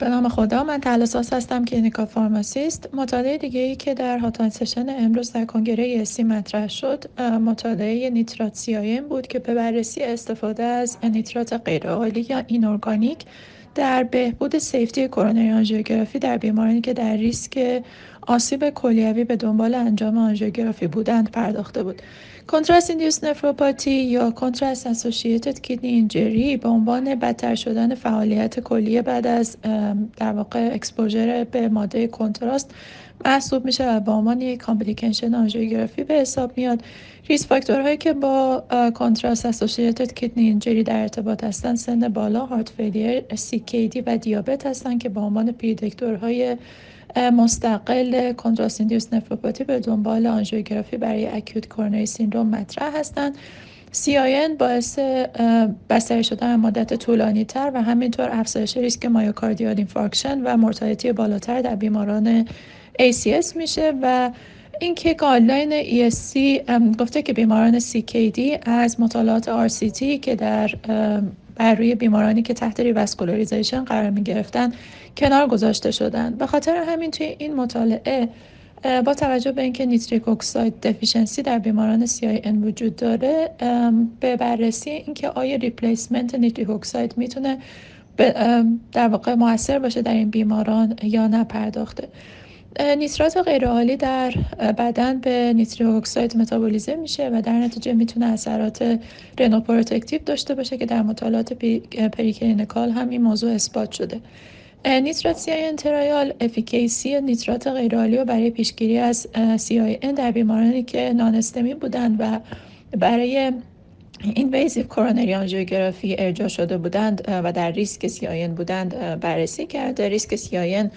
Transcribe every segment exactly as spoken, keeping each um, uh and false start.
به نام خدا. من تلاساس هستم، کلینیکال فارماسیست. مطالعه دیگه ای که در هاتان سشن امروز در کنگره ای‌اسی مطرح شد مطالعه نیترات سیاین بود که به بررسی استفاده از نیترات غیرعالی یا اینورگانیک در بهبود سیفتی کرونری آنژیوگرافی در بیمارانی که در ریسک آسیب کلیوی به دنبال انجام آنژیوگرافی بودند پرداخته بود. کنتراست ایندیوس نفروپاتی یا کنتراست اسوسییتد کیدنی اینجری به عنوان بدتر شدن فعالیت کلیه بعد از در واقع اکسپوژر به ماده کنتراست محسوب میشه و به عنوان یک کامپلیکیشن آنژیوگرافی به حساب میاد. ریسک فاکتورهایی که با کنتراست اسوسییتد کیدنی اینجری در ارتباط هستند سن بالا، هارت فیلیر، سی کی دی و دیابت هستند که به عنوان پردیکتورهای مستقل کنتراست ایندیوس نفروپاتی به دنبال آنژیوگرافی برای اکوت کورونری سیندروم مطرح هستند. سی آی ان باعث بستری شدن مدت طولانی تر و همینطور افزایش ریسک مایوکاردیال اینفارکشن و مورتالتی بالاتر در بیماران ای سی اس میشه و اینکه گایدلاین ای اس سی گفته که بیماران سی کی دی از مطالعات آر سی تی که در بر روی بیمارانی که تحت ریواسکولاریزیشن قرار می گرفتن کنار گذاشته شدن. به خاطر همین توی این مطالعه با توجه به اینکه نیتریک اکساید دفیشنسی در بیماران سی آی ان وجود داره به بررسی اینکه آیا ریپلیسمنت نیتریک اکساید میتونه در واقع موثر باشه در این بیماران یا نه پرداخته. نیترات غیرعالی در بدن به نیتریک اکساید متابولیزه میشه و در نتیجه میتونه اثرات رنوپروتکتیو داشته باشه که در مطالعات پریکلینیکال هم این موضوع اثبات شده. نیترات سی آی ان ترایال افیکیسی نیترات غیرعالی رو برای پیشگیری از سی آی ان در بیمارانی که نان استمی بودند و برای اینویزیو کورونری آنژیوگرافی ارجاع شده بودند و در ریسک سی آی ان بودند بررسی کرده. ریسک سی آی ان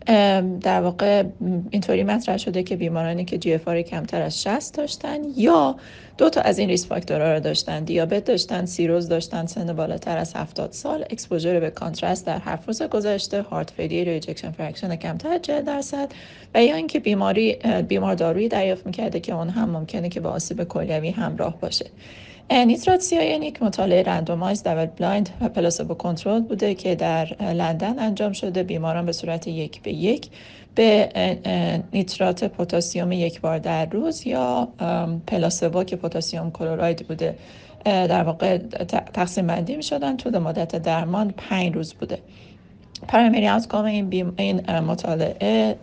در واقع اینطوری مطرح شده که بیمارانی که جی اف آر کمتر از شصت داشتن یا دو تا از این ریسک فاکتورها رو داشتن، دیابت داشتن، سیروز داشتن، سن بالاتر از هفتاد سال، اکسپوژر به کانتراست در هفت روز گذشته، هارت فیلیر، ایجکشن فرکشن کمتر از چهل درصد و یا اینکه بیماری بیمار دارویی دریافت می‌کرده که اون هم ممکنه که با آسیب کلیوی همراه باشه. نیترات سی آی ان یک مطالعه رندومایز دابل بلایند و پلاسبو کنترل بوده که در لندن انجام شده. بیماران به صورت یک به یک به نیترات پتاسیم یک بار در روز یا پلاسبو که پتاسیم کلراید بوده در واقع تقسیم بندی می شدن. طول مدت درمان پنج روز بوده. پرایمری آوتکام این, بیم این مطالعه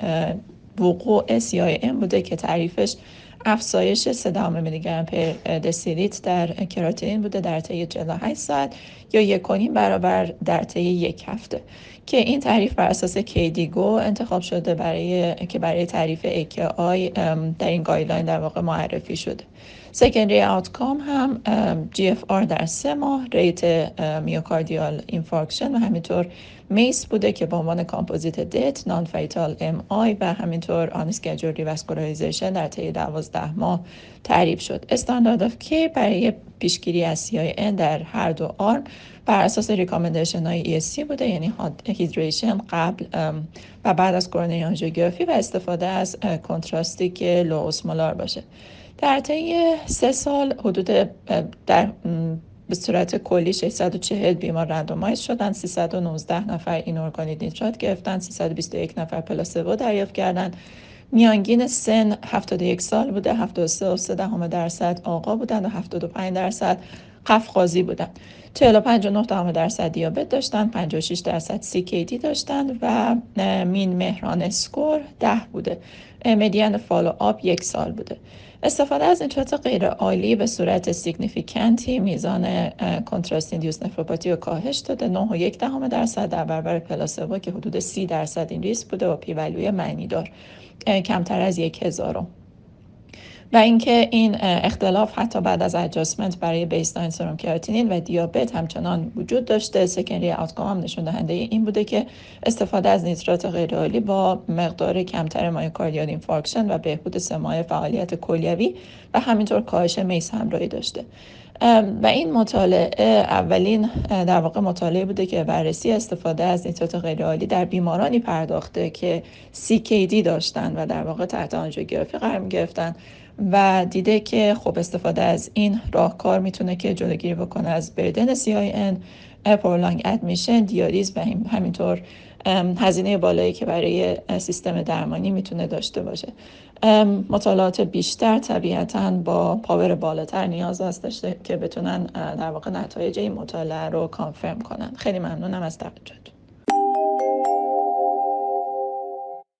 وقوع سی آی ان بوده که تعریفش افزایش سه دهم میلی گرم پر دسیلیتر در کراتینین بوده در طی چهل و هشت ساعت یا یک و نیم برابر در طی یک هفته که این تعریف بر اساس کیدیگو انتخاب شده برای که برای تعریف ای کی آی در این گایدلاین در واقع معرفی شده. سکندری آوتکام هم جی اف آر در سه ماه، ریت میوکاردیال اینفارکشن و همینطور میس بوده که به عنوان کامپوزیت دت، نان فیتال ام آی و همینطور آن اسکیجول ریواسکولاریزیشن در طی دوازده ماه تعریف شد. استاندارد اف کی برای پیشگیری از سی آی ان در هر دو آرم بر اساس ریکامندیشن های ای اس سی بوده، یعنی هیدریشن قبل و بعد از کورونری آنژیوگرافی و استفاده از کنتراستی که لو اسمولار باشه. در طی سه سال حدود در به صورت کلی ششصد و چهل بیمار رندومایز شدن، سیصد و نوزده نفر اینورگانیک نیترات گرفتن، سیصد و بیست و یک نفر پلاسبو دریافت کردند. میانگین سن هفتاد و یک سال بوده، هفتاد و سه و سه دهم درصد آقا بودند و هفتاد و پنج درصد قفقازی بودند. چهل و پنج و نه دهم درصد دیابت داشتند، پنجاه و شش درصد سی کی دی داشتند و مین مهران اسکور ده بوده. مدین فالو آپ یک سال بوده. استفاده از نیترات غیر عالی به صورت سیگنیفیکنتی میزان کنتراست ایندیوس نفروپاتی رو کاهش داده، نه و یک دهم درصد در برابر پلاسبو که حدود سی درصد این ریسک بوده و پی ولیوی معنی دار کمتر از یک هزارم. و اینکه این اختلاف حتی بعد از ادجاستمنت برای بیسلاین سرم کراتینین و دیابت همچنان وجود داشته. سکندری آوتکام هم نشون دهنده این بوده که استفاده از نیترات غیرعالی با مقدار کمتر مایوکاردیال اینفارکشن و بهبود سماع فعالیت کلیوی و همینطور کاهش میس همراهی داشته. و این مطالعه اولین در واقع مطالعه بوده که بررسی استفاده از نیترات غیرعالی در بیمارانی پرداخته که سی کی دی داشتن و در واقع تحت آنژیوگرافی قرار می‌گرفتن و دیده که خب استفاده از این راهکار میتونه که جلوگیری بکنه از بردن سی آی ان، پرولانگ ادمیشن، دیالیز و همینطور هزینه بالایی که برای سیستم درمانی میتونه داشته باشه. مطالعات بیشتر طبیعتاً با پاور بالاتر نیاز هستش که بتونن در واقع نتایج این مطالعه رو کانفرم کنن. خیلی ممنونم از توجهتون.